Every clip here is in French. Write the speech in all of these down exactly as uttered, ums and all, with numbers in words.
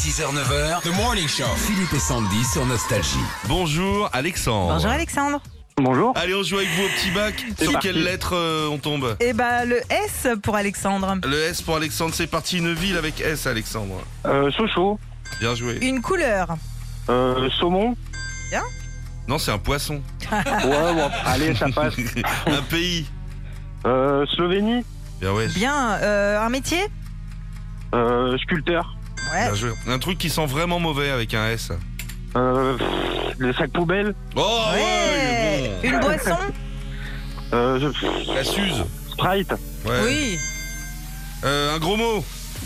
six heures neuf heures, The Morning Show. Philippe et Sandy sur Nostalgie. Bonjour Alexandre. Bonjour Alexandre. Bonjour. Allez, on joue avec vous au petit bac. Sur parti. quelle lettre euh, on tombe? Eh bah le S pour Alexandre. Le S pour Alexandre, c'est parti. Une ville avec S, Alexandre. Euh, Sochaux. Bien joué. Une couleur. Euh, saumon. Non, c'est un poisson. Ouais, bon, allez, ça passe. Un pays. Euh, Slovénie. Bien ouais. Bien. Euh, un métier. Euh, sculpteur. Ouais. Bien joué. Un truc qui sent vraiment mauvais avec un S. Euh, pff, les sacs poubelles. Oh ouais, il est bon. Une boisson. Euh, je- La Suze. Sprite. Ouais. Oui. Euh, un gros mot.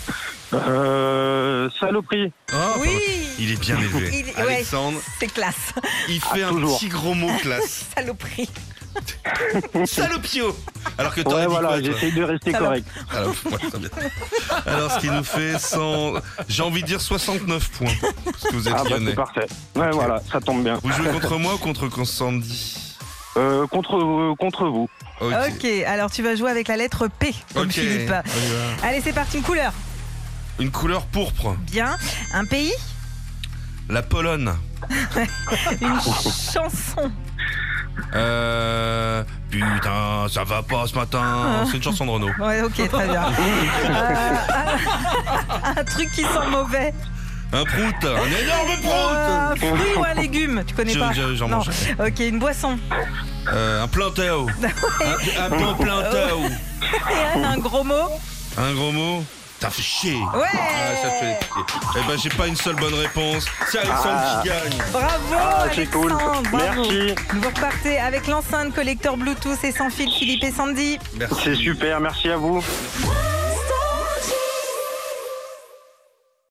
Euh, saloperie. Oh, Oui. Il est bien élevé. Il est- ouais. Alexandre, C'est classe. il fait Ah, un toujours. petit gros mot classe. Saloperie. Salopio. Alors que t'aurais Ouais, dit voilà, quoi, toi? j'essaye de rester Salope. correct. Alors, ouais, très bien. Alors, ce qui nous fait cent... J'ai envie de dire soixante-neuf points. Parce que vous êtes Ah, bah, lyonnais. c'est parfait. Ouais, voilà, ça tombe bien. Vous jouez contre moi ou contre Sandy? Euh, contre, euh, contre vous. Ok. Ok, alors tu vas jouer avec la lettre P comme Ok, Philippe. on y va. Allez, c'est parti. Une couleur. Une couleur pourpre. Bien. Un pays. La Pologne. Une chanson. Euh... Putain, ça va pas ce matin. C'est une chanson de Renaud. Ouais, ok, très bien. Euh, un, un truc qui sent mauvais. Un prout. Un énorme Euh, un prout. fruit ou un légume. Tu connais Je- pas. je- j'en Non. mange. Ok, une boisson. Euh, un plantain. Un, un bon plantain. Et un, un gros mot. Un gros mot. T'as fait chier. Ouais. Ah, ça te fait chier. Eh ben, j'ai pas une seule bonne réponse. C'est Alexandre Ah. qui gagne. Bravo Ah, c'est Alexandre. cool. Bravo. Merci. Vous repartez avec l'enceinte collecteur Bluetooth et sans fil Philippe et Sandy. Merci. C'est super, merci à vous.